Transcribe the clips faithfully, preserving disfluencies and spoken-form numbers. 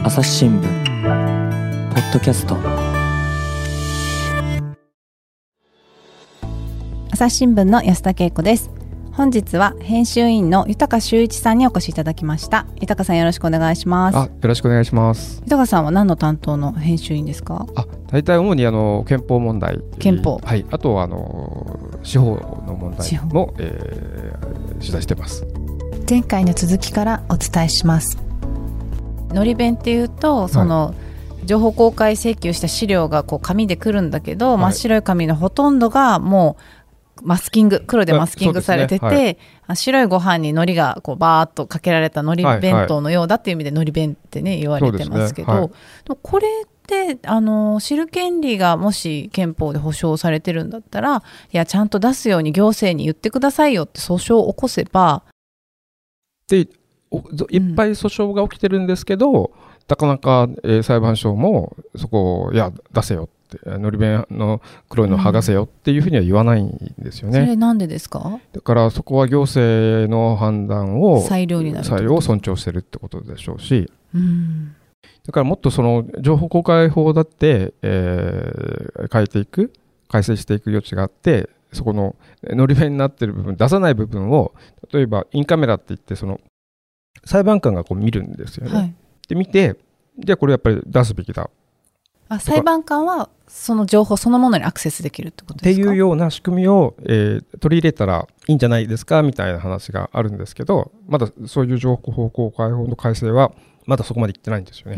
朝日新聞ポッドキャスト。 朝日新聞の安田恵子です。本日は編集員の豊修一さんにお越しいただきました。豊さん、よろしくお願いします。 あ、よろしくお願いします。 豊さんは何の担当の編集員ですか？ あ、大体主にあの憲法問題、 憲法、 はい、あとはあの司法の問題も、えー、取材してます。 前回の続きからお伝えします。 のり弁っていうと、その、はい、情報公開請求した資料がこう紙で来るんだけど、はい、真っ白い紙のほとんどがもうマスキング、黒でマスキングされてて、ね、はい、白いご飯に海苔がこうバーッとかけられた海苔弁当のようだっていう意味で海苔弁ってね言われてますけど、はい、これってあの知る権利がもし憲法で保障されてるんだったら、いやちゃんと出すように行政に言ってくださいよって訴訟を起こせば、 でいっぱい訴訟が起きてるんですけど、うん、なかなか、えー、裁判所もそこをいや出せよって、のり弁の黒いの剥がせよっていうふうには言わないんですよね、うん、 それなんでですか？ だからそこは行政の判断を裁量になる裁量を尊重してるってことでしょうし、 うん、 だからもっとその情報公開法だって、えー、変えていく改正していく余地があって、そこののり弁になってる部分、出さない部分を例えばインカメラって言ってその裁判官がこう見るんですよね、はい、で見て、じゃあこれやっぱり出すべきだ、 あ、裁判官はその情報そのものにアクセスできるってことですか？ っていうような仕組みを、えー、取り入れたらいいんじゃないですかみたいな話があるんですけど、まだそういう情報公開法の改正はまだそこまでいってないんですよね。 うん、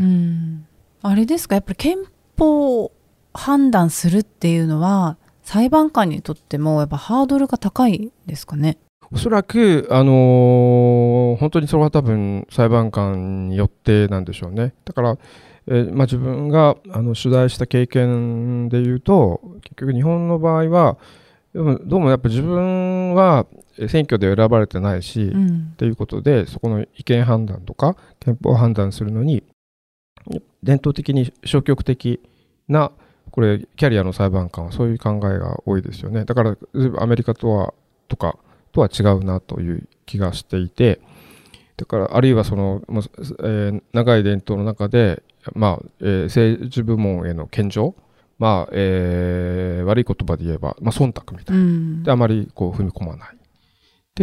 あれですか、やっぱり憲法を判断するっていうのは裁判官にとってもやっぱハードルが高いですかね？ おそらく、あのー、本当にそれは多分裁判官によってなんでしょうね。だから、えーまあ、自分があの取材した経験でいうと、結局日本の場合はどうもやっぱ自分は選挙で選ばれてないし、うん、ということでそこの違憲判断とか憲法判断するのに伝統的に消極的なこれキャリアの裁判官はそういう考えが多いですよね。だからアメリカとはとかとは違うなという気がしていて、だからあるいはその、えー、長い伝統の中で、まあえー、政治部門への謙譲、まあえー、悪い言葉で言えば、まあ、忖度みたいな、うん、であまりこう踏み込まないって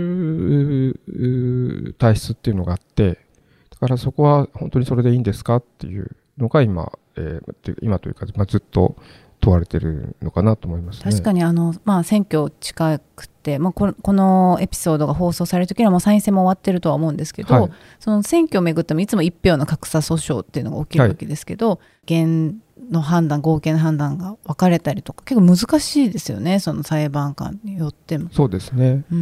いう体質っていうのがあって、だからそこは本当にそれでいいんですかっていうのが今、えー、今というか、まあ、ずっと問われてるのかなと思いますね。 確かにあの、まあ、選挙近くて、まあ、この、このエピソードが放送される時にはもう参院選も終わってるとは思うんですけど、はい、その選挙をめぐってもいつも一票の格差訴訟っていうのが起きるわけですけど、はい、厳の判断合計の判断が分かれたりとか結構難しいですよね、その裁判官によっても。 そうですね。 うん、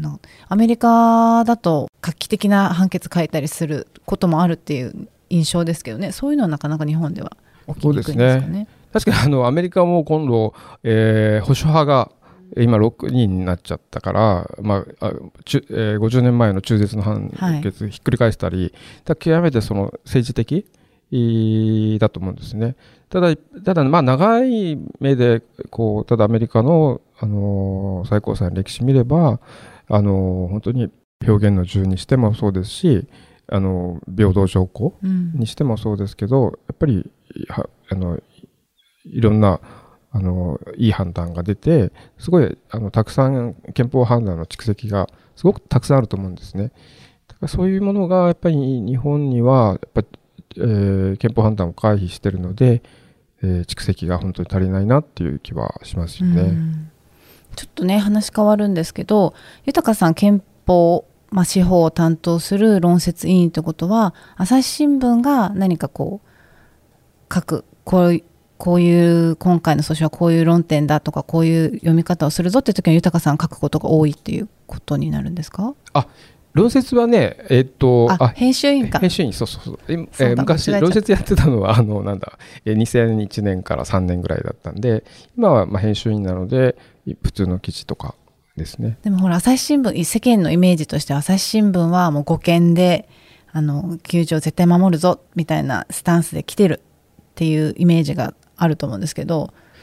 アメリカだと画期的な判決書いたりすることもあるっていう印象ですけどね、そういうのはなかなか日本では起きにくいんですかね。 確かにあのアメリカも今度、えー、保守派が今ろくにんになっちゃったから、まああちゅえー、ごじゅうねんまえの中絶の判決ひっくり返したり、はい、だ極めてその政治的だと思うんですね。ただ、ただまあ長い目でこうただアメリカの、あのー、最高裁の歴史見れば、あのー、本当に表現の自由にしてもそうですし、あの平等条項にしてもそうですけど、うん、やっぱりはあのいろんなあのいい判断が出て、すごいあのたくさん憲法判断の蓄積がすごくたくさんあると思うんですね。だからそういうものがやっぱり日本にはやっぱり、えー、憲法判断を回避しているので、えー、蓄積が本当に足りないなっていう気はしますよね。うん、 ちょっとね話変わるんですけど、豊さん憲法、まあ、司法を担当する論説委員ということは、朝日新聞が何かこう書くこういうこういう今回の訴訟はこういう論点だとか、こういう読み方をするぞっていう時に豊さん書くことが多いっていうことになるんですか？ あ、論説はね、えー、っとあ編集員か編集員そうそうそう、えー、昔論説やってたのはあのなんだ、えー、にせんいちねんからさんねんぐらいだったんで、今はまあ編集員なので普通の記事とかですね。 でもほら朝日新聞、世間のイメージとして朝日新聞はもう護憲であのきゅう条絶対守るぞみたいなスタンスで来てるっていうイメージがあると思うんですけど、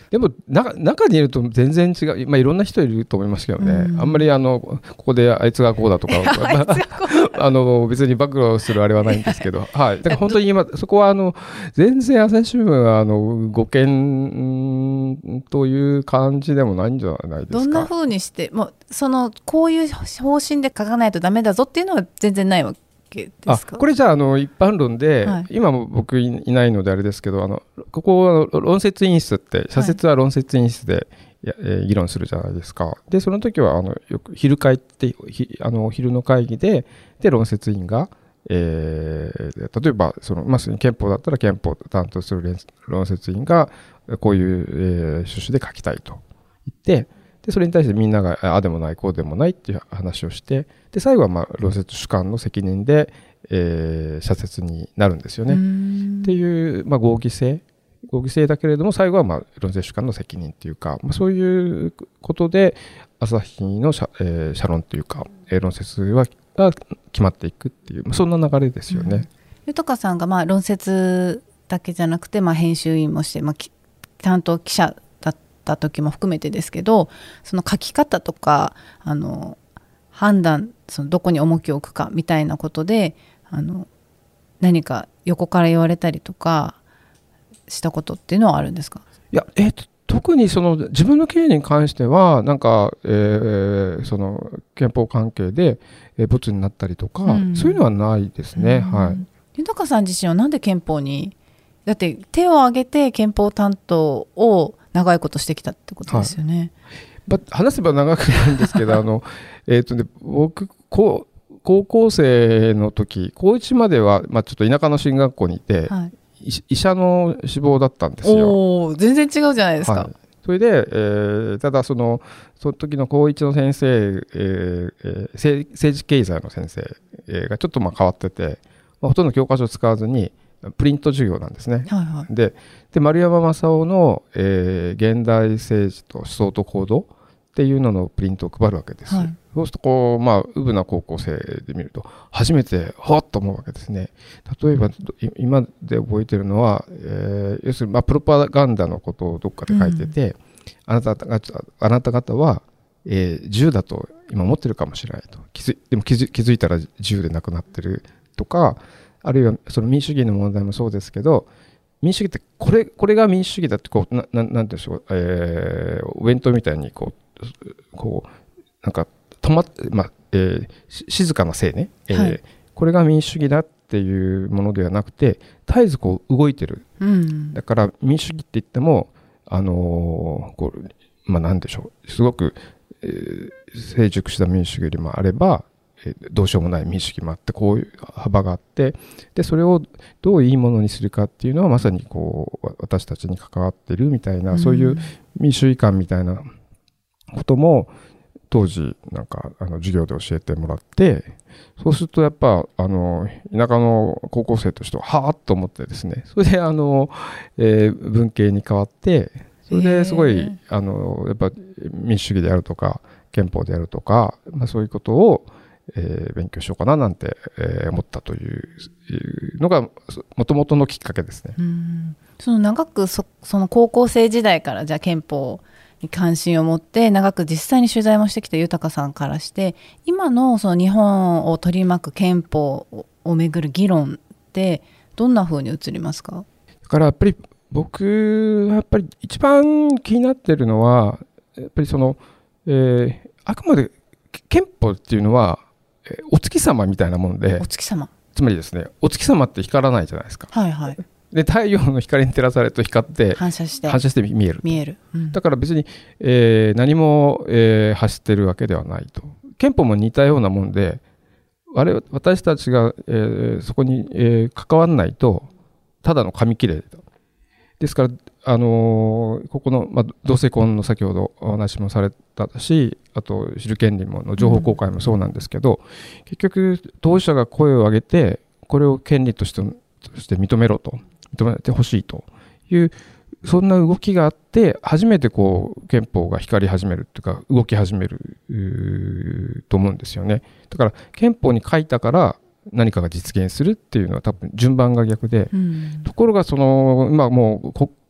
でも中中にいると全然違う、まあ、いろんな人いると思いますけどね、うん、あんまりあのここであいつがこうだとかあの別に暴露するあれはないんですけど、はい、だから本当に今そこはあの全然朝日新聞はあの誤見という感じでもないんじゃないですか。 どんな風にしてもうそのこういう方針で書かないとダメだぞっていうのは全然ないわけですか。 あこれじゃあ、あの一般論で、はい、今も僕いないのであれですけど、あのここは論説委員室って社説は論説委員室で、はいやえー、議論するじゃないですか。でその時はあのよく昼会ってひあの昼の会議でで論説委員が、えー、例えばその、まあ、憲法だったら憲法を担当する論説委員がこういう、えー、趣旨で書きたいと言ってでそれに対してみんながああでもないこうでもないっていう話をしてで最後はまあ論説主観の責任で、えー、社説になるんですよねっていう、まあ、合議制合議制だけれども最後はまあ論説主観の責任っていうか、まあ、そういうことで朝日の社、えー、社論というか、えー、論説はが決まっていくっていう、まあ、そんな流れですよね、うん、 豊さんがまあ論説だけじゃなくて、まあ、編集員もして、まあ、担当記者だった時も含めてですけどその書き方とかあの判断そのどこに重きを置くかみたいなことであの何か横から言われたりとかしたことっていうのはあるんですか。 いや、えー、と特にその自分の経緯に関してはなんか、えー、その憲法関係で、えー、ボツになったりとか、うん、そういうのはないですね、うんはい、 豊さん自身はなんで憲法にだって手を挙げて憲法担当を長いことしてきたってことですよね、 はい、話せば長くないんですけどあの、えーとね、僕こう高校生の時高いちまでは、まあ、ちょっと田舎の進学校にいて、はい医者の志望だったんですよ。 お全然違うじゃないですか、はい、 それで、えー、ただそのその時の高いちの先生、えー、政, 政治経済の先生、えー、がちょっとまあ変わってて、まあ、ほとんど教科書を使わずにプリント授業なんですね、はいはい、で, で丸山正夫の、えー、現代政治と思想と行動っていうののプリントを配るわけです、はい、そうするとこう、まあ、うぶな高校生で見ると初めてほっと思うわけですね。例えば今で覚えてるのは、えー、要するに、まあ、プロパガンダのことをどっかで書いてて、うん、あなたがあなた方は、えー、銃だと今持ってるかもしれないと気づでも気づ、気づいたら銃でなくなってるとかあるいはその民主主義の問題もそうですけど民主主義ってこれ、これが民主主義だってこう な, な, なんでしょう、えー、お弁当みたいにこうこうなんか止まって、まあえー、静かなせいね、えーはい、これが民主主義だっていうものではなくて絶えずこう動いてる、うん、だから民主主義って言ってもあのーこうまあ、なんでしょうすごく、えー、成熟した民主主義よりもあれば、えー、どうしようもない民主主義もあってこういう幅があってでそれをどういいものにするかっていうのはまさにこう私たちに関わってるみたいな、うん、そういう民主主義観みたいなことも当時なんかあの授業で教えてもらってそうするとやっぱあの田舎の高校生としてははぁっと思ってですねそれであの、えー、文系に変わってそれですごいあのやっぱ民主主義であるとか憲法であるとか、まあ、そういうことを、えー、勉強しようかななんて、えー、思ったというのがもともとのきっかけですね。 うんその長く そ, その高校生時代からじゃあ憲法に関心を持って長く実際に取材もしてきた豊さんからして今 の, その日本を取り巻く憲法をめぐる議論ってどんな風に映りますか。 だからやっぱり僕はやっぱり一番気になっているのはやっぱりその、えー、あくまで憲法っていうのは、えー、お月様みたいなものでお月様つまりですねお月様って光らないじゃないですか。 はいはいで太陽の光に照らされると光って反射して反射して見える見える、うん、 だから別に、えー、何も、えー、発してるわけではないと。憲法も似たようなもんで我々私たちが、えー、そこに、えー、関わらないとただの紙切れですから、あのー、ここの、まあ、同性婚の先ほどお話もされたしあと知る権利もの情報公開もそうなんですけど、うん、結局当事者が声を上げてこれを権利として、として認めろと認めてほしいというそんな動きがあって初めてこう憲法が光り始めるというか動き始めると思うんですよね。だから憲法に書いたから何かが実現するっていうのは多分順番が逆で、うん、ところがその今もう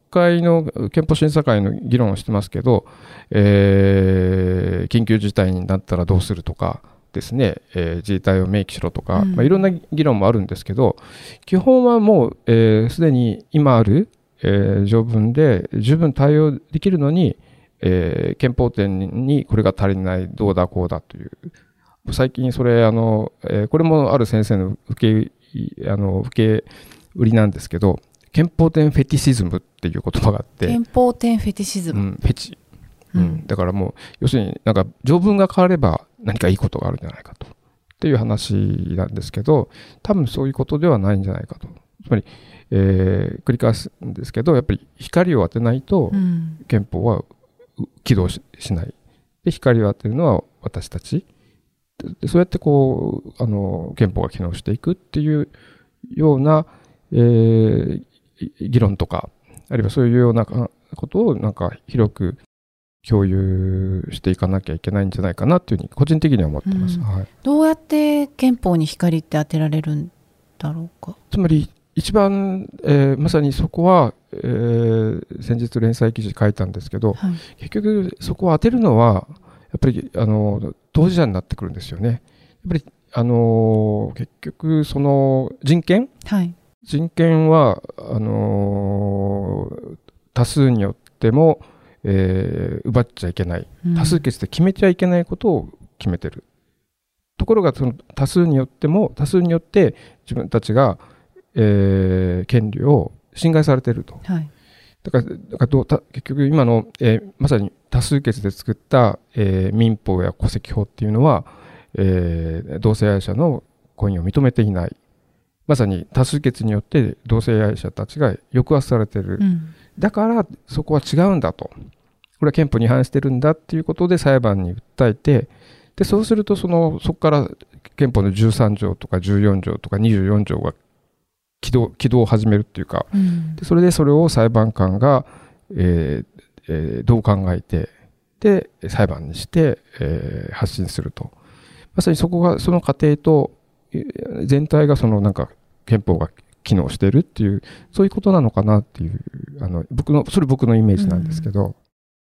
会の憲法審査会の議論をしてますけど、えー、緊急事態になったらどうするとかですね、えー、自衛隊を明記しろとか、うんまあ、いろんな議論もあるんですけど、基本はもうすで、えー、に今ある、えー、条文で十分対応できるのに、えー、憲法典にこれが足りない、どうだこうだという、最近それあの、えー、これもある先生の受け、あの受け売りなんですけど、憲法典フェティシズムっていう言葉があって、 憲法典フェティシズム、 うん、フェチ、うんうん、だからもう要するになんか条文が変われば何かいいことがあるんじゃないかとっていう話なんですけど、多分そういうことではないんじゃないかと。つまり、えー、繰り返すんですけど、やっぱり光を当てないと憲法は起動 し, しないで、光を当てるのは私たちで、そうやってこうあの憲法が機能していくっていうような、えー、議論とか、あるいはそういうようなことをなんか広く共有していかなきゃいけないんじゃないかなというふうに個人的には思ってます、うんはい、 どうやって憲法に光って当てられるんだろうか。 つまり一番、えー、まさにそこは、えー、先日連載記事書いたんですけど、はい、結局そこを当てるのはやっぱりあの当事者になってくるんですよね。やっぱりあの結局その人権、はい、人権はあの多数によってもえー、奪っちゃいけない、多数決で決めちゃいけないことを決めてる、うん、ところがその多数によっても多数によって自分たちが、えー、権利を侵害されていると、はい、だから、だからどうた結局今の、えー、まさに多数決で作った、えー、民法や戸籍法っていうのは、えー、同性愛者の婚姻を認めていない、まさに多数決によって同性愛者たちが抑圧されている、うん、だからそこは違うんだと、これは憲法に違反してるんだっていうことで裁判に訴えて、でそうするとそのそこから憲法のじゅうさん条とかじゅうよん条とかにじゅうよん条が起動起動を始めるっていうか、うん、でそれでそれを裁判官が、えーえー、どう考えてで裁判にして、えー、発信すると、まさにそこがその過程と全体がそのなんか憲法が機能しているっていう、そういうことなのかなっていう、あの僕のそれ僕のイメージなんですけど、うん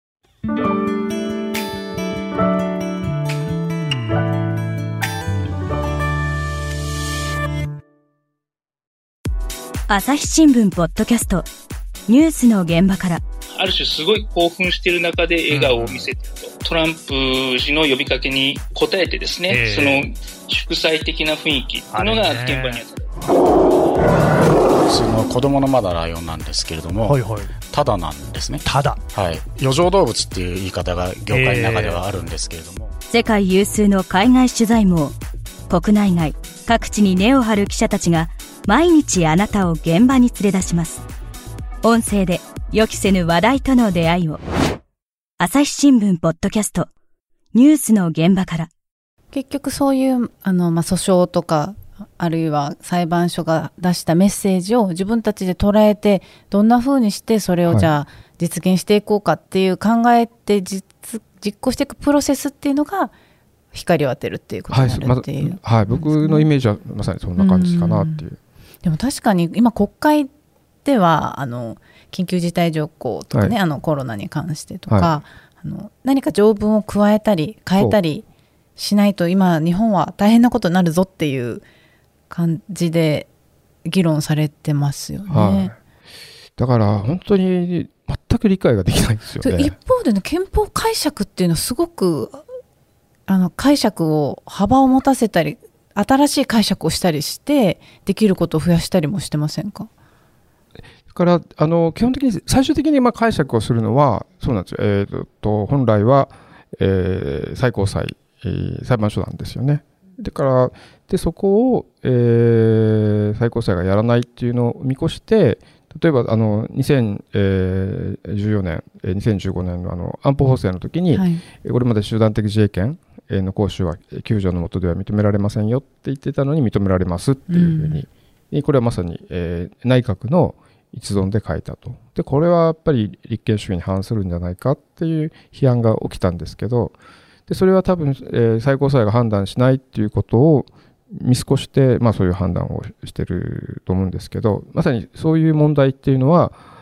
朝日新聞ポッドキャストニュースの現場から、 ある種すごい興奮している中で笑顔を見せていると、うん、トランプ氏の呼びかけに応えてですね、えー、その祝祭的な雰囲気というのが現場にある。 その子供のまだライオンなんですけれども、はいはい、ただなんですね。 ただ、 はい、余剰動物っていう言い方が業界の中ではあるんですけれども、 えー、世界有数の海外取材網、国内外各地に根を張る記者たちが毎日あなたを現場に連れ出します。音声で予期せぬ話題との出会いを。朝日新聞ポッドキャストニュースの現場から。 結局そういうあの、まあ、訴訟とかあるいは裁判所が出したメッセージを自分たちで捉えて、どんな風にしてそれをじゃあ実現していこうかっていう考えて 実, 実行していくプロセスっていうのが光を当てるっていうことになるっていう、はいはい、僕のイメージはまさにそんな感じかなっていう。うでも確かに今国会ではあの緊急事態条項とかね、はい、あのコロナに関してとか、はい、あの何か条文を加えたり変えたりしないと今日本は大変なことになるぞっていう感じで議論されてますよね、はい、 だから本当に全く理解ができないんですよね。 一方で、ね、憲法解釈っていうのはすごくあの解釈を幅を持たせたり新しい解釈をしたりしてできることを増やしたりもしてませんか。 だからあの基本的に最終的にまあ解釈をするのはそうなんですよ、えー、と本来は、えー、最高裁、えー、裁判所なんですよね。だからでそこを、えー、最高裁がやらないっていうのを見越して、例えばあのにせんじゅうよねんにせんじゅうごねんの、あの安保法制の時に、はい、これまで集団的自衛権の行使はきゅう条の下では認められませんよって言ってたのに認められますっていうふうに、うん、これはまさに、えー、内閣の一存で書いたと。でこれはやっぱり立憲主義に反するんじゃないかっていう批判が起きたんですけど、でそれは多分、えー、最高裁が判断しないっていうことを見過ごして、まあ、そういう判断をしてると思うんですけど、まさにそういう問題っていうのは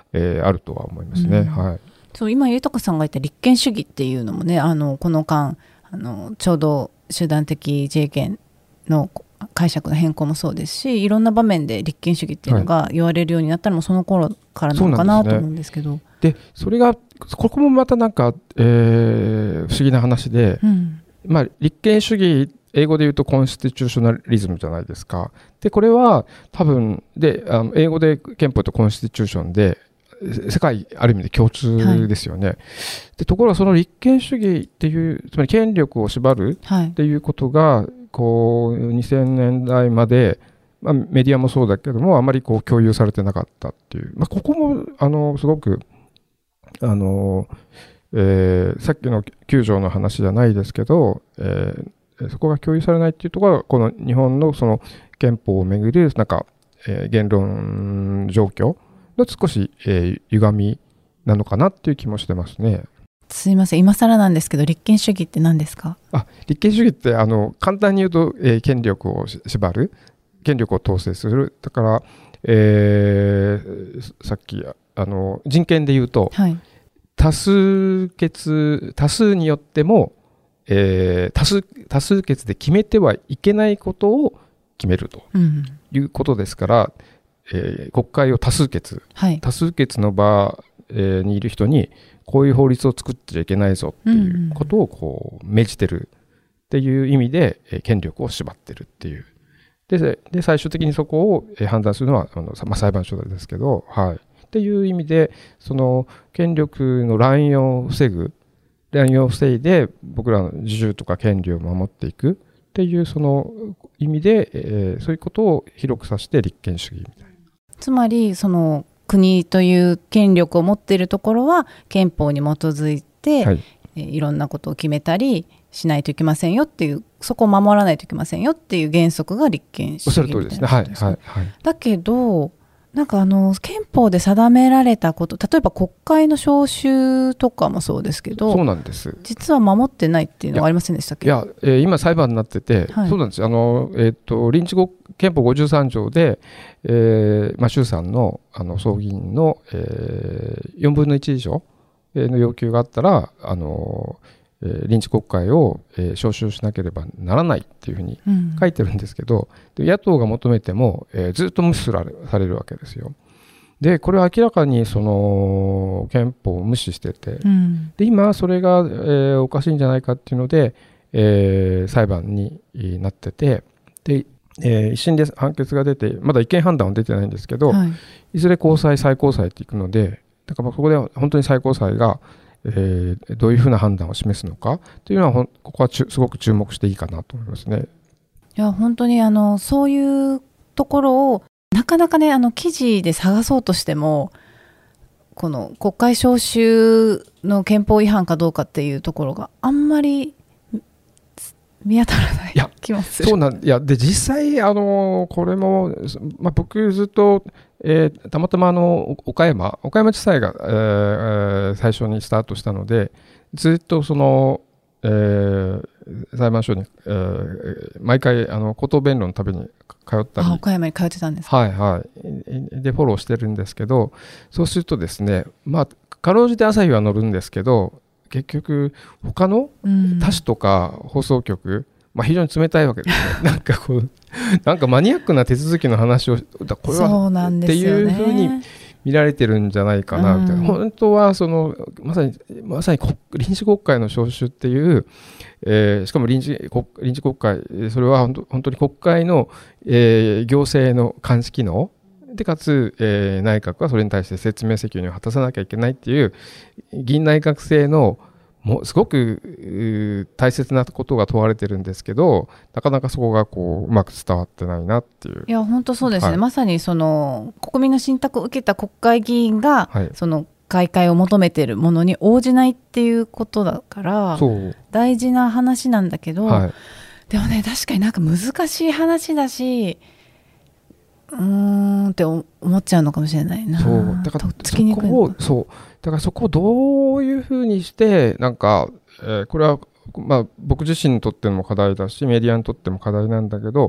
えー、あるとは思いますね。うん、はい、 そう今豊さんが言った立憲主義っていうのもね、あのこの間あのちょうど集団的自衛権の解釈の変更もそうですし、いろんな場面で立憲主義っていうのが言われるようになったのもその頃からなのかなと思うんですけど、 でそれがここもまたなんか、えー、不思議な話で、うんまあ、立憲主義英語で言うとコンスティチューショナリズムじゃないですか。でこれは多分であの英語で憲法とコンスティチューションで世界ある意味で共通ですよね、はい、でところがその立憲主義っていうつまり権力を縛るっていうことが、はい、こうにせんねんだいまで、まあ、メディアもそうだけどもあまりこう共有されてなかったっていう、まあ、ここもあのすごくあの、えー、さっきのきゅう条の話じゃないですけど、えーそこが共有されないっていうところがこの日本のその憲法をめぐるなんか、えー、言論状況の少し、えー、歪みなのかなっていう気もしてますね。 すいません今更なんですけど立憲主義って何ですか？ あ立憲主義ってあの簡単に言うと、えー、権力を縛る権力を統制するだから、えー、さっきあの人権で言うと、はい、多数決多数によってもえー、多数、多数決で決めてはいけないことを決めるということですから、うんえー、国会を多数決、はい、多数決の場、えー、にいる人にこういう法律を作ってちゃいけないぞっていうことをこう命じてるっていう意味で、えー、権力を縛ってるっていうで、で最終的にそこを、えー、判断するのはあの、まあ、裁判所ですけど、はい、っていう意味でその権力の乱用を防ぐ乱用を防いで僕らの自由とか権利を守っていくっていうその意味で、えー、そういうことを広く指して立憲主義みたいな。 つまりその国という権力を持っているところは憲法に基づいて、はいえー、いろんなことを決めたりしないといけませんよっていうそこを守らないといけませんよっていう原則が立憲主義みたいなことですね。おっしゃる通りですね。はいはいはい、だけどなんかあの憲法で定められたこと例えば国会の召集とかもそうですけどそうなんです実は守ってないっていうのがありませんでしたっけ？ いや、えー、今裁判になってて、はい、そうなんですあの、えー、と臨時憲法ごじゅうさん条で、えーまあ、衆参 の, あの総議員の、えー、よんぶんのいち以上の要求があったらあのえー、臨時国会を、えー、召集しなければならないっていうふうに書いてるんですけど、うん、で野党が求めても、えー、ずっと無視され、されるわけですよ。でこれは明らかにその憲法を無視してて、うん、で今それが、えー、おかしいんじゃないかっていうので、えー、裁判になっててで、えー、一審で判決が出てまだ違憲判断は出てないんですけど、はい、いずれ高裁最高裁っていくのでだからそこで本当に最高裁がえー、どういうふうな判断を示すのかというのはほんここはちゅすごく注目していいかなと思いますね。 いや本当にあのそういうところをなかなかねあの記事で探そうとしてもこの国会召集の憲法違反かどうかっていうところがあんまり見当たらない気もする。 そうなんいやで実際あのこれも、まあ、僕ずっと、えー、たまたまあの岡山岡山地裁が、えー、最初にスタートしたのでずっとその、えー、裁判所に、えー、毎回あの口頭弁論のために通ったりあ岡山に通ってたんですか？ はいはいでフォローしてるんですけどそうするとですねまあかろうじて朝日は載るんですけど結局他の他紙とか放送局、うんまあ、非常に冷たいわけですねなんかこうなんかマニアックな手続きの話をだこれはそうなんですよねっていうふうに見られてるんじゃないかなみたいな、うん、本当はそのまさにまさに臨時国会の召集っていう、えー、しかも臨時国、臨時国会それは本当、本当に国会の、えー、行政の監視機能でかつ、えー、内閣はそれに対して説明責任を果たさなきゃいけないっていう議院内閣制のもうすごく大切なことが問われてるんですけどなかなかそこがこううまく伝わってないなっていう。 いや本当そうですね、はい、まさにその国民の信託を受けた国会議員が、はい、その開会を求めているものに応じないっていうことだから大事な話なんだけど、はい、でもね確かになんか難しい話だしうーんって思っちゃうのかもしれないな。 そうだからそこをそうだからそこをどういうふうにしてなんか、えー、これは、まあ、僕自身にとっても課題だしメディアにとっても課題なんだけど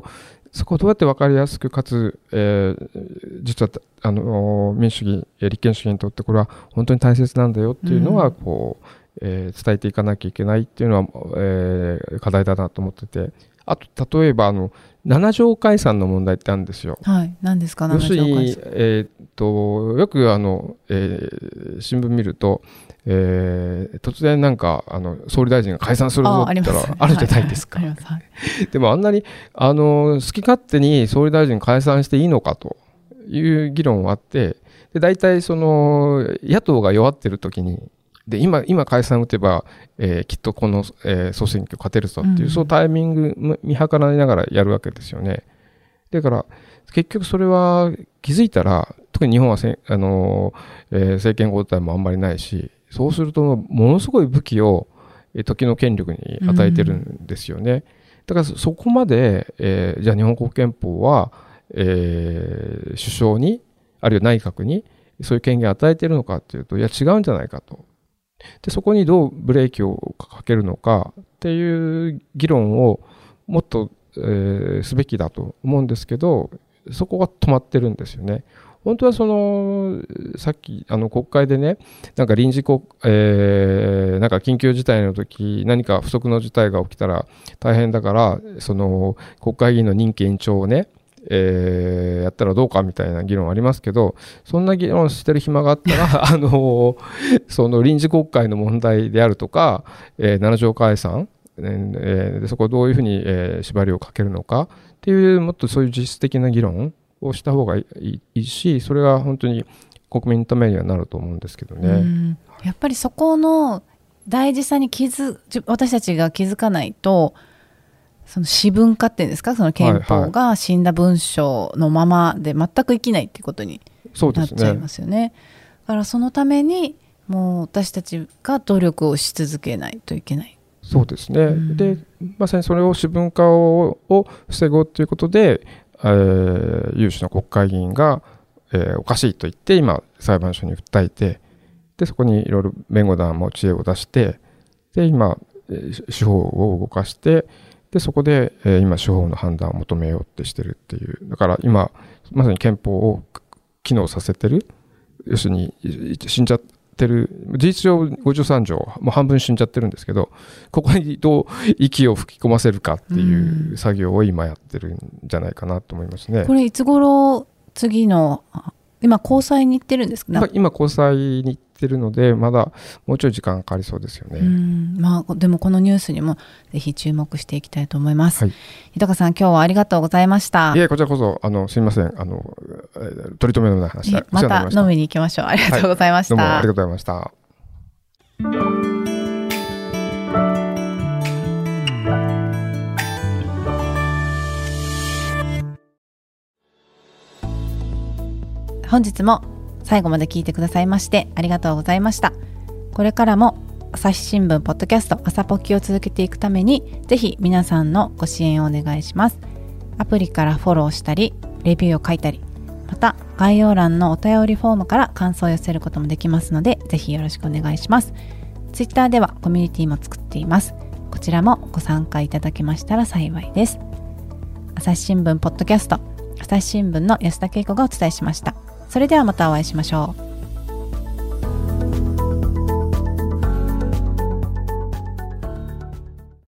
そこをどうやって分かりやすくかつ、えー、実はあの民主主義立憲主義にとってこれは本当に大切なんだよっていうのはこう、うんえー、伝えていかなきゃいけないっていうのは、えー、課題だなと思ってて、あと例えばあのなな条解散の問題ってあるんですよ。 はい、何ですかなな条解散。 要するに、えー、っとよくあの、えー、新聞見ると、えー、突然なんかあの総理大臣が解散するぞって言ったらあるじゃないですか。でもあんなにあの好き勝手に総理大臣解散していいのかという議論があって、で大体その野党が弱ってる時にで 今, 今解散打てば、えー、きっとこの、えー、総選挙勝てるぞっていう、うん、そのタイミング見計らいながらやるわけですよね。だから結局それは気づいたら、特に日本はせ、あのーえー、政権交代もあんまりないし、そうするとものすごい武器を、えー、時の権力に与えてるんですよね。うん、だからそこまで、えー、じゃあ日本国憲法は、えー、首相にあるいは内閣にそういう権限を与えているのかっていうと、いや違うんじゃないかと。でそこにどうブレーキをかけるのかっていう議論をもっと、えー、すべきだと思うんですけど、そこが止まってるんですよね。本当はそのさっきあの国会でね、なんか臨時国、えー、なんか緊急事態の時何か不測の事態が起きたら大変だから、その国会議員の任期延長をね、えー、やったらどうかみたいな議論ありますけど、そんな議論してる暇があったらあのその臨時国会の問題であるとか、えー、なな条解散、えー、でそこをどういうふうに、えー、縛りをかけるのかっていう、もっとそういう実質的な議論をした方がいい、いいし、それが本当に国民のためにはなると思うんですけどね。うん、 やっぱりそこの大事さに気づ私たちが気づかないと、その私文化っていうんですか、その憲法が死んだ文章のままで全く生きないっていうことになっちゃいますよね。ねだからそのためにもう私たちが努力をし続けないといけない。 そうですね、うん、でまさにそれを私文化を、を防ごうということで、えー、有志の国会議員が、えー、おかしいと言って今裁判所に訴えて、でそこにいろいろ弁護団も知恵を出して、で今、えー、司法を動かして、でそこで、えー、今司法の判断を求めようってしてるっていう。だから今まさに憲法を機能させてる、要するに死んじゃってる、事実上ごじゅうさん条もう半分死んじゃってるんですけど、ここにどう息を吹き込ませるかっていう作業を今やってるんじゃないかなと思いますね。 これいつ頃次の今高裁に行ってるんですか？ 今高裁に行ってるので、まだもうちょい時間かかりそうですよね。 うん、まあ、でもこのニュースにもぜひ注目していきたいと思います。はい、豊さん、今日はありがとうございました。 いえ、こちらこそあのすみません、あの取り留めのない話でまた飲みに行きましょう。ありがとうございました。 はい、どうもありがとうございました。 本日も最後まで聞いてくださいましてありがとうございました。これからも朝日新聞ポッドキャスト朝ポキを続けていくために、ぜひ皆さんのご支援をお願いします。アプリからフォローしたりレビューを書いたり、また概要欄のお便りフォームから感想を寄せることもできますので、ぜひよろしくお願いします。ツイッターではコミュニティも作っています。こちらもご参加いただけましたら幸いです。朝日新聞ポッドキャスト朝日新聞の安田恵子がお伝えしました。それではまたお会いしましょう。